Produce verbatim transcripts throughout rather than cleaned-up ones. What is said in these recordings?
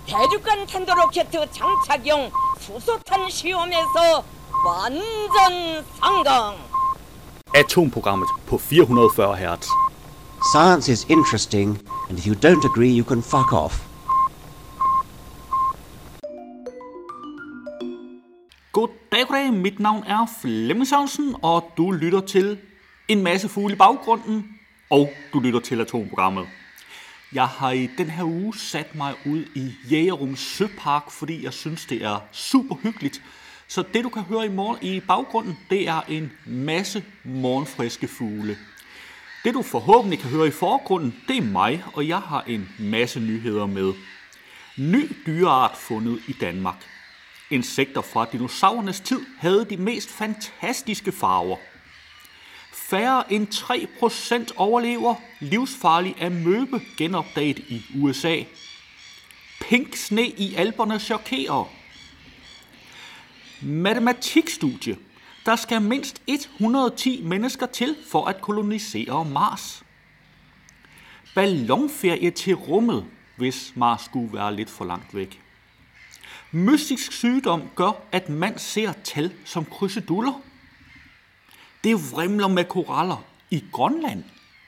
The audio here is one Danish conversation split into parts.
대륙간 탄도로켓 장착용 수소탄 시험에서 완전 성공. Atomprogrammet på fire hundrede og fyrre hertz. Science is interesting, and if you don't agree, you can fuck off. Goddag, goddag. Mit navn er Flemming Sørensen, og du lytter til En Masse Fugle i Baggrunden, og du lytter til Atomprogrammet. Jeg har i den her uge sat mig ud i Jægerum Søpark, fordi jeg synes, det er super hyggeligt. Så det, du kan høre i morgen i baggrunden, det er en masse morgenfriske fugle. Det, du forhåbentlig kan høre i forgrunden, det er mig, og jeg har en masse nyheder med. Ny dyreart fundet i Danmark. Insekter fra dinosaurernes tid havde de mest fantastiske farver. Færre end tre procent overlever. Livsfarlig amøbe genopdaget i U S A. Pink sne i Alperne chokerer. Matematikstudie. Der skal mindst et hundrede og ti mennesker til for at kolonisere Mars. Ballonferie til rummet, hvis Mars skulle være lidt for langt væk. Mystisk sygdom gør, at man ser tal som kruseduller. Det vrimler med koraller i Grønland.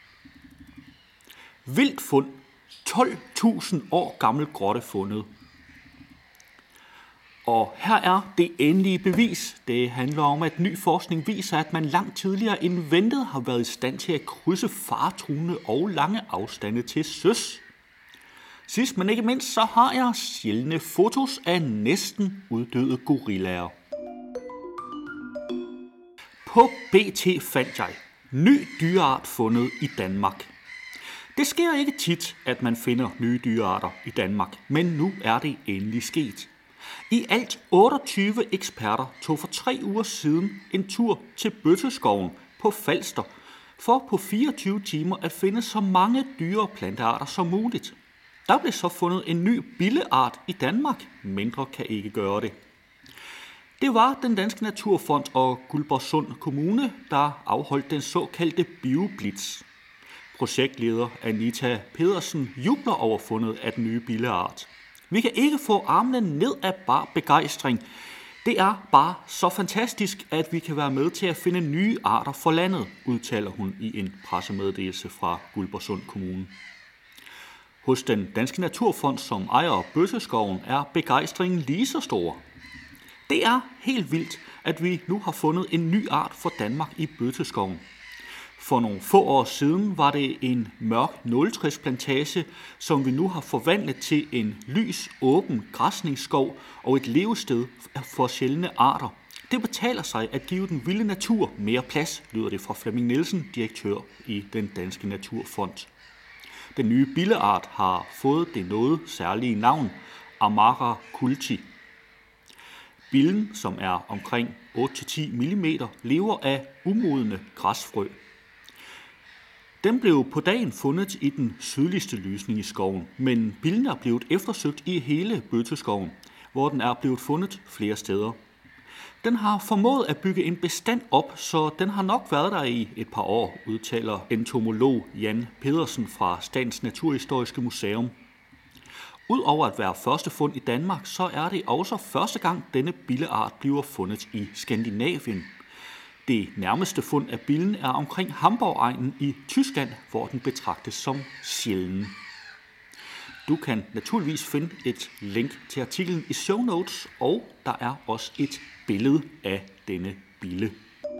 Vildt fund. tolv tusind år gammel grotte fundet. Og her er det endelige bevis. Det handler om, at ny forskning viser, at man langt tidligere end ventet har været i stand til at krydse faretruende og lange afstande til søs. Sidst men ikke mindst, så har jeg sjældne fotos af næsten uddøde gorillaer. På B T fandt jeg ny dyreart fundet i Danmark. Det sker ikke tit, at man finder nye dyrearter i Danmark, men nu er det endelig sket. I alt otteogtyve eksperter tog for tre uger siden en tur til Bøtteskoven på Falster for på fireogtyve timer at finde så mange dyre- og plantearter som muligt. Der blev så fundet en ny billeart i Danmark. Mindre kan ikke gøre det. Det var den Danske Naturfond og Guldborgsund Kommune, der afholdt den såkaldte BioBlitz. Projektleder Anita Pedersen jubler over fundet af den nye billeart. Vi kan ikke få armene ned af bar begejstring. Det er bare så fantastisk, at vi kan være med til at finde nye arter for landet, udtaler hun i en pressemeddelelse fra Guldborgsund Kommune. Hos den Danske Naturfond, som ejer Bøtteskoven, er begejstringen lige så stor. Det er helt vildt, at vi nu har fundet en ny art for Danmark i Bøtteskoven. For nogle få år siden var det en mørk nåletræsplantage, som vi nu har forvandlet til en lys, åben græsningsskov og et levested for sjældne arter. Det betaler sig at give den vilde natur mere plads, lyder det fra Flemming Nielsen, direktør i den Danske Naturfond. Den nye billeart har fået det noget særlige navn, Amara culti. Billen, som er omkring otte til ti millimeter, lever af umodne græsfrø. Den blev på dagen fundet i den sydligste lysning i skoven, men billen er blevet eftersøgt i hele Bøtteskoven, hvor den er blevet fundet flere steder. Den har formået at bygge en bestand op, så den har nok været der i et par år, udtaler entomolog Jan Pedersen fra Statens Naturhistoriske Museum. Udover at være første fund i Danmark, så er det også første gang denne billeart bliver fundet i Skandinavien. Det nærmeste fund af billen er omkring Hamburg-egnen i Tyskland, hvor den betragtes som sjælden. Du kan naturligvis finde et link til artiklen i show notes, og der er også et billede af denne bille.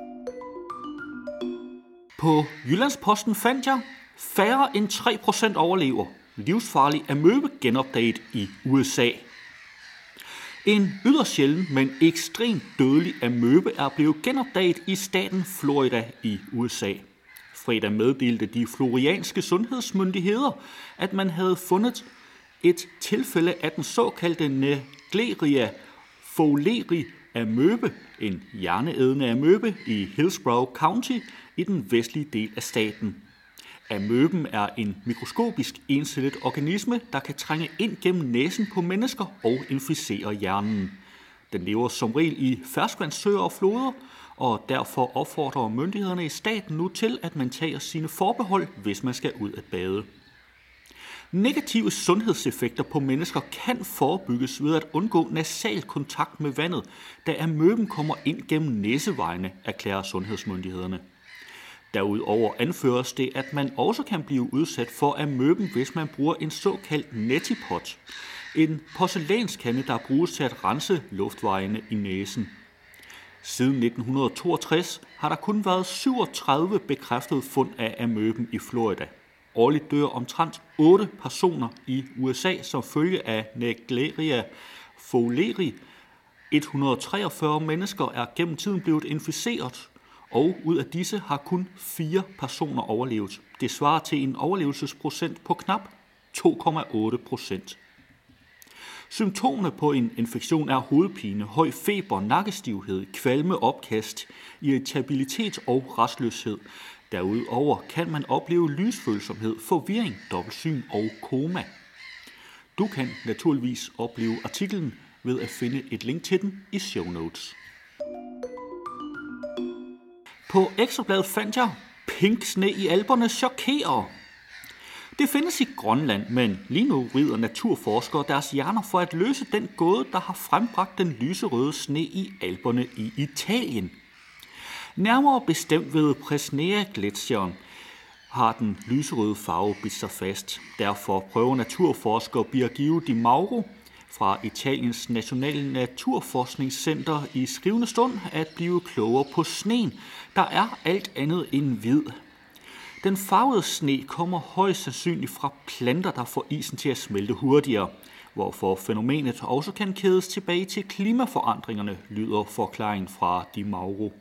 På Jyllandsposten fandt jeg, færre end tre procent overlever. Livsfarlig amøbe genopdaget i U S A. En yderst sjælden, men ekstremt dødelig amøbe er blevet genopdaget i staten Florida i U S A. Fredag meddelte de florianske sundhedsmyndigheder, at man havde fundet et tilfælde af den såkaldte Naegleria fowleri amøbe, en hjerneædende amøbe i Hillsborough County i den vestlige del af staten. Amøben er en mikroskopisk encellet organisme, der kan trænge ind gennem næsen på mennesker og inficere hjernen. Den lever som regel i ferskvandssøer og floder, og derfor opfordrer myndighederne i staten nu til, at man tager sine forbehold, hvis man skal ud at bade. Negative sundhedseffekter på mennesker kan forebygges ved at undgå nasal kontakt med vandet, da amøben kommer ind gennem næsevejene, erklærer sundhedsmyndighederne. Derudover anføres det, at man også kan blive udsat for amøben, hvis man bruger en såkaldt nettipot, en porcelænskande, der bruges til at rense luftvejene i næsen. Siden nitten toogtres har der kun været syvogtredive bekræftede fund af amøben i Florida. Årligt dør omtrent otte personer i U S A som følge af Naegleria fowleri. et hundrede og treogfyrre mennesker er gennem tiden blevet inficeret, og ud af disse har kun fire personer overlevet. Det svarer til en overlevelsesprocent på knap to komma otte procent. Symptomerne på en infektion er hovedpine, høj feber, nakkestivhed, kvalme, opkast, irritabilitet og rastløshed. Derudover kan man opleve lysfølsomhed, forvirring, dobbeltsyn og koma. Du kan naturligvis opleve artiklen ved at finde et link til den i show notes. På Ekstrabladet fandt jeg, pink sne i Alperne chokerer. Det findes i Grønland, men lige nu rider naturforskere deres hjerner for at løse den gåde, der har frembragt den lyserøde sne i Alperne i Italien. Nærmere bestemt ved Presnea-gletsjeren har den lyserøde farve bidt sig fast. Derfor prøver naturforsker Virgilio Di Mauro fra Italiens Nationale Naturforskningscenter i skrivende stund at blive klogere på sneen, der er alt andet end hvid. Den farvede sne kommer højst sandsynligt fra planter, der får isen til at smelte hurtigere, hvorfor fænomenet også kan kædes tilbage til klimaforandringerne, lyder forklaringen fra Di Mauro.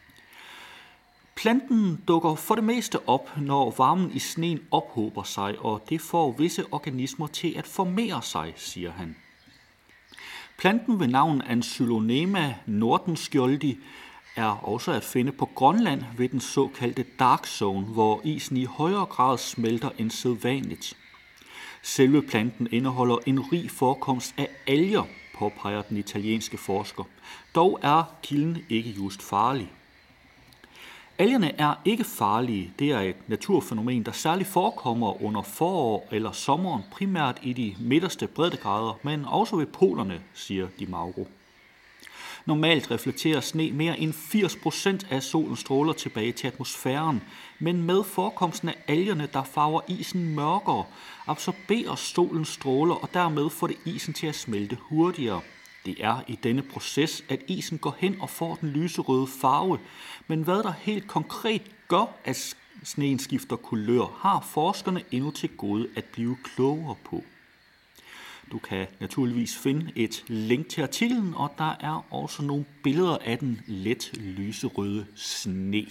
Planten dukker for det meste op, når varmen i sneen ophober sig, og det får visse organismer til at formere sig, siger han. Planten ved navn Ancylonemma nordenskjoldi er også at finde på Grønland ved den såkaldte dark zone, hvor isen i højere grad smelter end sædvanligt. Selve planten indeholder en rig forekomst af alger, påpeger den italienske forsker. Dog er kilden ikke just farlig. Algerne er ikke farlige. Det er et naturfænomen, der særligt forekommer under forår eller sommeren, primært i de midterste breddegrader, men også ved polerne, siger Di Mauro. Normalt reflekterer sne mere end firs procent af solens stråler tilbage til atmosfæren, men med forekomsten af algerne, der farver isen mørkere, absorberer solens stråler og dermed får det isen til at smelte hurtigere. Det er i denne proces, at isen går hen og får den lyserøde farve, men hvad der helt konkret gør, at sneen skifter kulør, har forskerne endnu til gode at blive klogere på. Du kan naturligvis finde et link til artiklen, og der er også nogle billeder af den let lyserøde sne.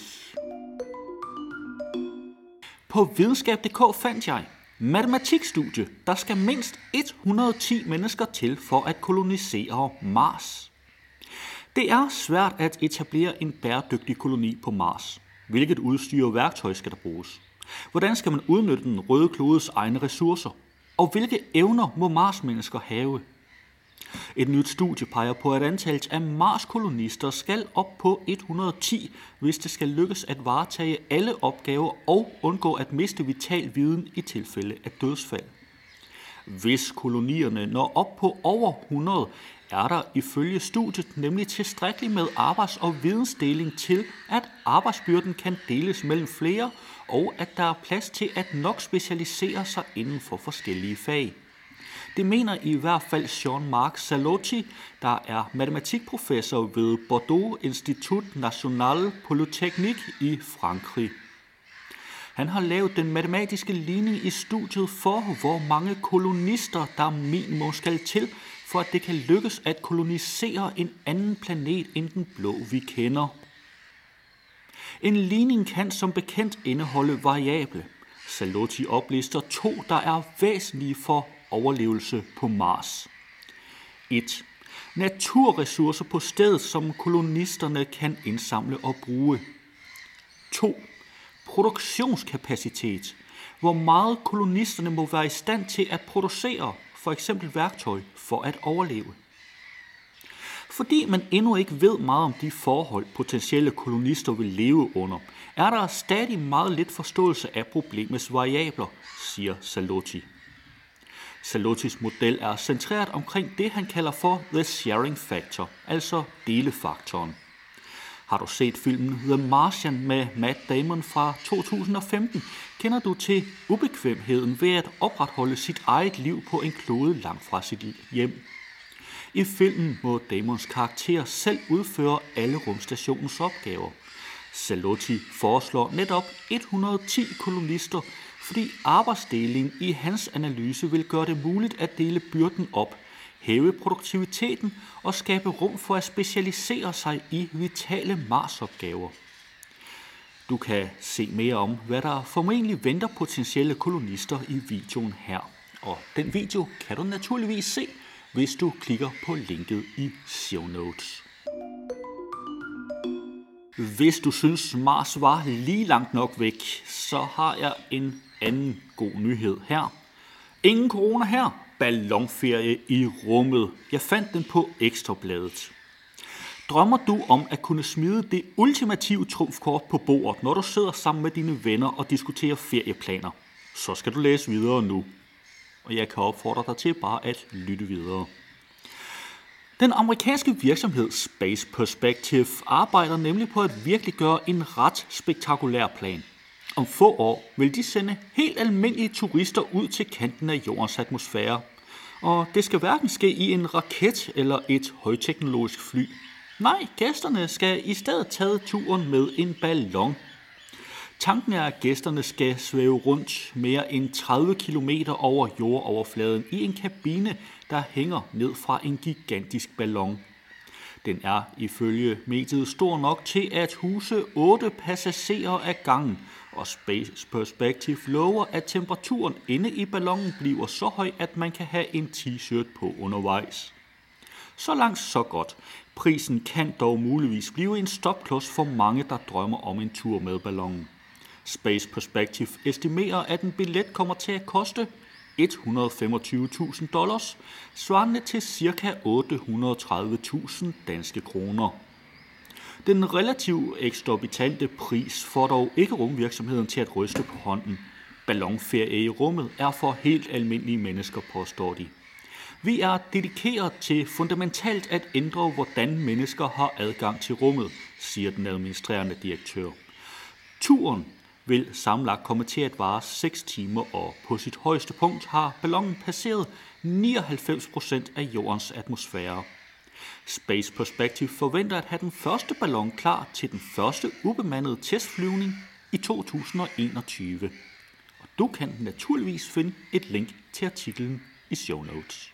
På videnskab punktum d k fandt jeg matematikstudie, der skal mindst et hundrede og ti mennesker til for at kolonisere Mars. Det er svært at etablere en bæredygtig koloni på Mars. Hvilket udstyr og værktøj skal der bruges? Hvordan skal man udnytte den røde klodes egne ressourcer? Og hvilke evner må Mars-mennesker have? Et nyt studie peger på, at antallet af Mars-kolonister skal op på et hundrede og ti, hvis det skal lykkes at varetage alle opgaver og undgå at miste vital viden i tilfælde af dødsfald. Hvis kolonierne når op på over hundrede, er der ifølge studiet nemlig tilstrækkeligt med arbejds- og vidensdeling til, at arbejdsbyrden kan deles mellem flere, og at der er plads til at nok specialisere sig inden for forskellige fag. Det mener i hvert fald Jean-Marc Salotti, der er matematikprofessor ved Bordeaux Institut National Polytechnique i Frankrig. Han har lavet den matematiske ligning i studiet for, hvor mange kolonister der minimum skal til, for at det kan lykkes at kolonisere en anden planet end den blå, vi kender. En ligning kan som bekendt indeholde variable. Salotti oplister to, der er væsentlige for overlevelse på Mars. et. Naturressourcer på stedet, som kolonisterne kan indsamle og bruge. to. Produktionskapacitet. Hvor meget kolonisterne må være i stand til at producere, for eksempel værktøj, for at overleve. Fordi man endnu ikke ved meget om de forhold, potentielle kolonister vil leve under, er der stadig meget lidt forståelse af problemets variabler, siger Salotti. Zalottis model er centreret omkring det, han kalder for the sharing factor, altså delefaktoren. Har du set filmen The Martian med Matt Damon fra to tusind og femten, kender du til ubekvemheden ved at opretholde sit eget liv på en klode langt fra sit hjem. I filmen må Damons karakter selv udføre alle rumstationens opgaver. Zalotti foreslår netop et hundrede og ti kolonister, fordi arbejdsdeling i hans analyse vil gøre det muligt at dele byrden op, hæve produktiviteten og skabe rum for at specialisere sig i vitale Mars-opgaver. Du kan se mere om, hvad der formentlig venter potentielle kolonister i videoen her. Og den video kan du naturligvis se, hvis du klikker på linket i show notes. Hvis du synes Mars var lige langt nok væk, så har jeg en anden god nyhed her. Ingen corona her. Ballonferie i rummet. Jeg fandt den på Ekstrabladet. Drømmer du om at kunne smide det ultimative trumfkort på bordet, når du sidder sammen med dine venner og diskuterer ferieplaner? Så skal du læse videre nu. Og jeg kan opfordre dig til bare at lytte videre. Den amerikanske virksomhed Space Perspective arbejder nemlig på at virkeliggøre en ret spektakulær plan. Om få år vil de sende helt almindelige turister ud til kanten af jordens atmosfære. Og det skal hverken ske i en raket eller et højteknologisk fly. Nej, gæsterne skal i stedet tage turen med en ballon. Tanken er, at gæsterne skal svæve rundt mere end tredive kilometer over jordoverfladen i en kabine, der hænger ned fra en gigantisk ballon. Den er ifølge mediet stor nok til at huse otte passagerer ad gangen, og Space Perspective lover, at temperaturen inde i ballonen bliver så høj, at man kan have en t-shirt på undervejs. Så langt så godt. Prisen kan dog muligvis blive en stopklods for mange, der drømmer om en tur med ballonen. Space Perspective estimerer, at en billet kommer til at koste et hundrede og femogtyve tusind dollars, svarende til ca. otte hundrede og tredive tusind danske kroner. Den relativt eksorbitante pris får dog ikke rumvirksomheden til at ryste på hånden. Ballonferie i rummet er for helt almindelige mennesker, påstår de. Vi er dedikeret til fundamentalt at ændre, hvordan mennesker har adgang til rummet, siger den administrerende direktør. Turen vil sammenlagt komme til at vare seks timer, og på sit højeste punkt har ballonen passeret nioghalvfems procent af jordens atmosfære. Space Perspective forventer at have den første ballon klar til den første ubemandede testflyvning i to tusind og enogtyve. Og du kan naturligvis finde et link til artiklen i show notes.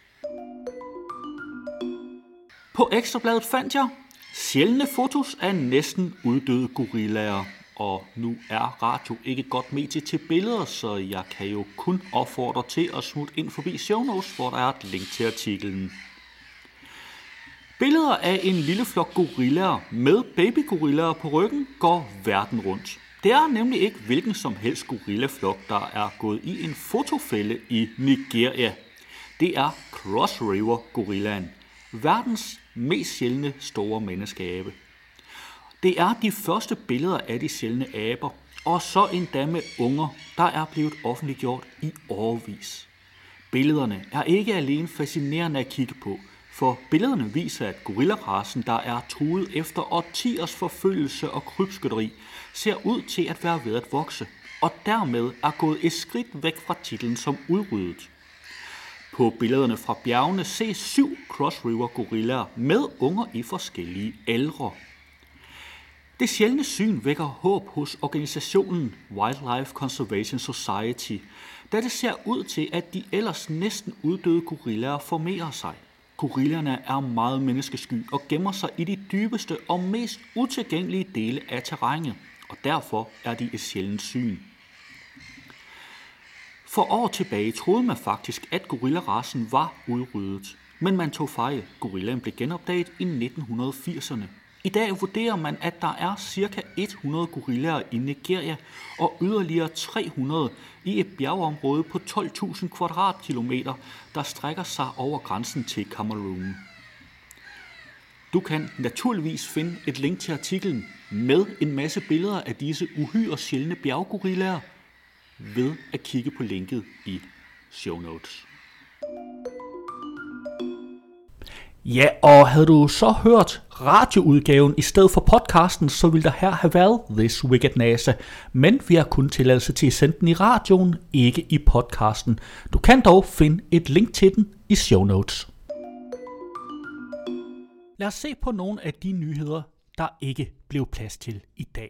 På Ekstrabladet fandt jeg sjældne fotos af næsten uddøde gorillaer. Og nu er radio ikke et godt medie til billeder, så jeg kan jo kun opfordre til at smutte ind forbi show notes, hvor der er et link til artiklen. Billeder af en lille flok gorillaer med babygorillaer på ryggen går verden rundt. Det er nemlig ikke hvilken som helst gorillaflok, der er gået i en fotofælde i Nigeria. Det er Cross River gorillaen, verdens mest sjældne store menneskeabe. Det er de første billeder af de sjældne aber, og så endda med unger, der er blevet offentliggjort i årevis. Billederne er ikke alene fascinerende at kigge på, for billederne viser, at gorillarasen, der er truet efter årtiers forfølgelse og krybskytteri, ser ud til at være ved at vokse, og dermed er gået et skridt væk fra titlen som udryddet. På billederne fra bjergene ses syv Cross River gorillaer med unger i forskellige aldre. Det sjældne syn vækker håb hos organisationen Wildlife Conservation Society, da det ser ud til, at de ellers næsten uddøde gorillaer formerer sig. Gorillerne er meget menneskesky og gemmer sig i de dybeste og mest utilgængelige dele af terrænet, og derfor er de et sjældent syn. For år tilbage troede man faktisk, at gorillarasen var udryddet, men man tog fejl. Gorillaen blev genopdaget i nitten firserne. I dag vurderer man, at der er ca. hundrede gorillaer i Nigeria og yderligere tre hundrede i et bjergeområde på tolv tusind kvadratkilometer, der strækker sig over grænsen til Cameroon. Du kan naturligvis finde et link til artiklen med en masse billeder af disse uhyre sjældne bjerggorillaer ved at kigge på linket i show notes. Ja, og havde du så hørt radioudgaven i stedet for podcasten, så ville der her have været This Week at NASA. Men vi har kun tilladelse til at sende den i radioen, ikke i podcasten. Du kan dog finde et link til den i show notes. Lad os se på nogle af de nyheder, der ikke blev plads til i dag.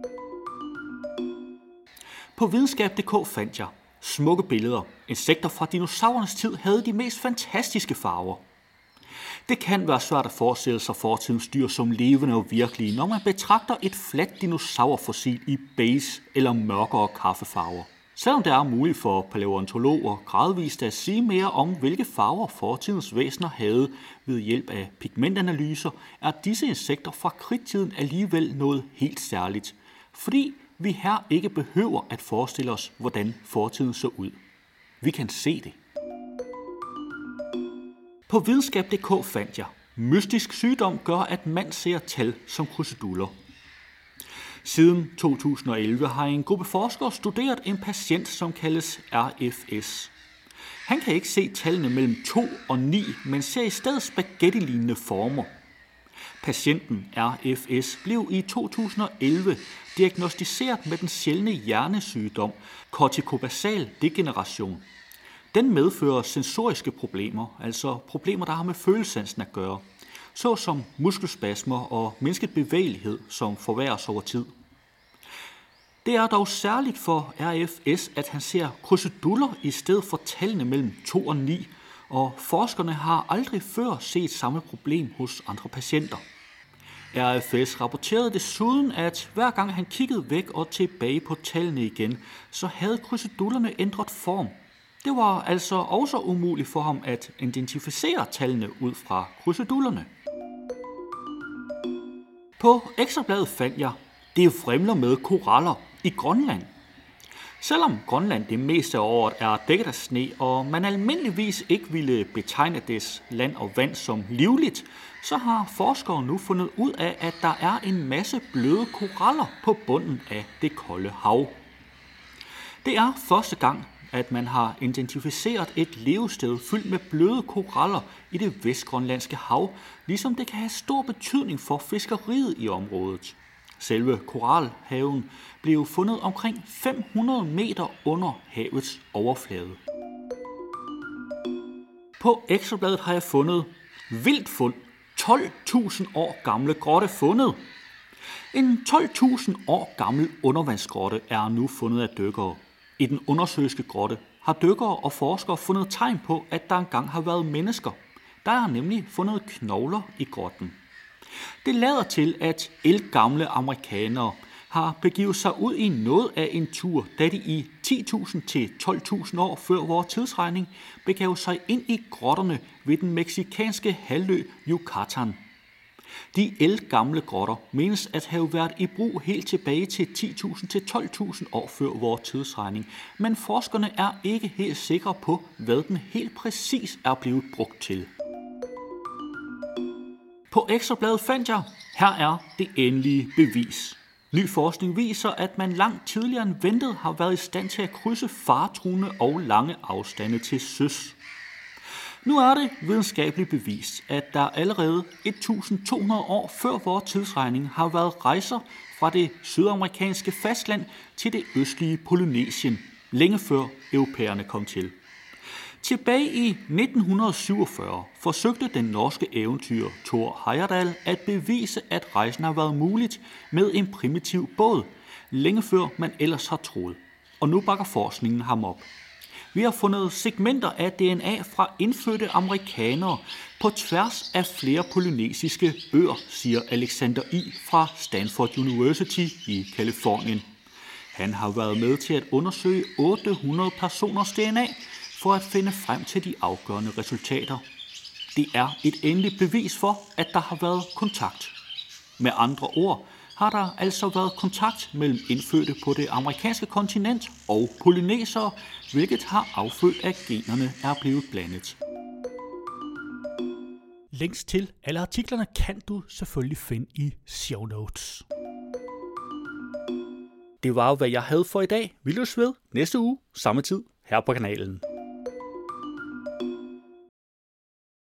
På videnskab punktum d k fandt jeg smukke billeder. Insekter fra dinosaurernes tid havde de mest fantastiske farver. Det kan være svært at forestille sig fortidens dyr som levende og virkelige, når man betragter et fladt dinosaurfossil i beige eller mørkere kaffefarver. Selvom det er muligt for palæontologer gradvist at sige mere om, hvilke farver fortidens væsener havde ved hjælp af pigmentanalyser, er disse insekter fra kridttiden alligevel noget helt særligt, fordi vi her ikke behøver at forestille os, hvordan fortiden så ud. Vi kan se det. På videnskab punktum d k fandt jeg, mystisk sygdom gør, at mand ser tal som kruseduller. Siden to tusind og elleve har en gruppe forskere studeret en patient, som kaldes R F S. Han kan ikke se tallene mellem to og ni, men ser i stedet spaghetti-lignende former. Patienten R F S blev i to tusind og elleve diagnosticeret med den sjældne hjernesygdom kortikobasal degeneration. Den medfører sensoriske problemer, altså problemer, der har med følesansen at gøre, såsom muskelspasmer og mindsket bevægelighed, som forværres over tid. Det er dog særligt for R F S, at han ser kruseduller i stedet for tallene mellem to og ni, og forskerne har aldrig før set samme problem hos andre patienter. R F S rapporterede desuden, at hver gang han kiggede væk og tilbage på tallene igen, så havde krusedullerne ændret form. Det var altså også umuligt for ham at identificere tallene ud fra krusedullerne. På Ekstrabladet fandt jeg, det vrimler med koraller i Grønland. Selvom Grønland det meste af året er dækket af sne, og man almindeligvis ikke ville betegne dets land og vand som livligt, så har forskere nu fundet ud af, at der er en masse bløde koraller på bunden af det kolde hav. Det er første gang, at man har identificeret et levested fyldt med bløde koraller i det vestgrønlandske hav, ligesom det kan have stor betydning for fiskeriet i området. Selve koralhaven blev fundet omkring fem hundrede meter under havets overflade. På Ekstrabladet har jeg fundet vildt fund. tolv tusind år gamle grotte fundet. En tolv tusind år gammel undervandsgrotte er nu fundet af dykkere. I den undersøiske grotte har dykkere og forskere fundet tegn på, at der engang har været mennesker. Der er nemlig fundet knogler i grotten. Det lader til, at ældgamle amerikanere har begivet sig ud i noget af en tur, da de i ti tusind til tolv tusind år før vores tidsregning begav sig ind i grotterne ved den meksikanske halvø Yucatan. De ældgamle grotter menes at have været i brug helt tilbage til ti tusind til tolv tusind år før vores tidsregning, men forskerne er ikke helt sikre på, hvad den helt præcis er blevet brugt til. På Ekstrabladet fandt jeg, her er det endelige bevis. Ny forskning viser, at man langt tidligere end ventet har været i stand til at krydse faretruende og lange afstande til søs. Nu er det videnskabeligt bevist, at der allerede tusind to hundrede år før vores tidsregning har været rejser fra det sydamerikanske fastland til det østlige Polynesien, længe før europæerne kom til. Tilbage i nitten syvogfyrre forsøgte den norske eventyrer Thor Heyerdahl at bevise, at rejsen har været muligt med en primitiv båd, længe før man ellers har troet. Og nu bakker forskningen ham op. Vi har fundet segmenter af D N A fra indfødte amerikanere på tværs af flere polynesiske øer, siger Alexander I. fra Stanford University i Californien. Han har været med til at undersøge otte hundrede personers D N A for at finde frem til de afgørende resultater. Det er et endeligt bevis for, at der har været kontakt. Med andre ord har der altså været kontakt mellem indfødte på det amerikanske kontinent og polynesere, hvilket har affødt, at generne er blevet blandet. Links til alle artiklerne kan du selvfølgelig finde i show notes. Det var, hvad jeg havde for i dag. Vi løs ved næste uge, samme tid, her på kanalen.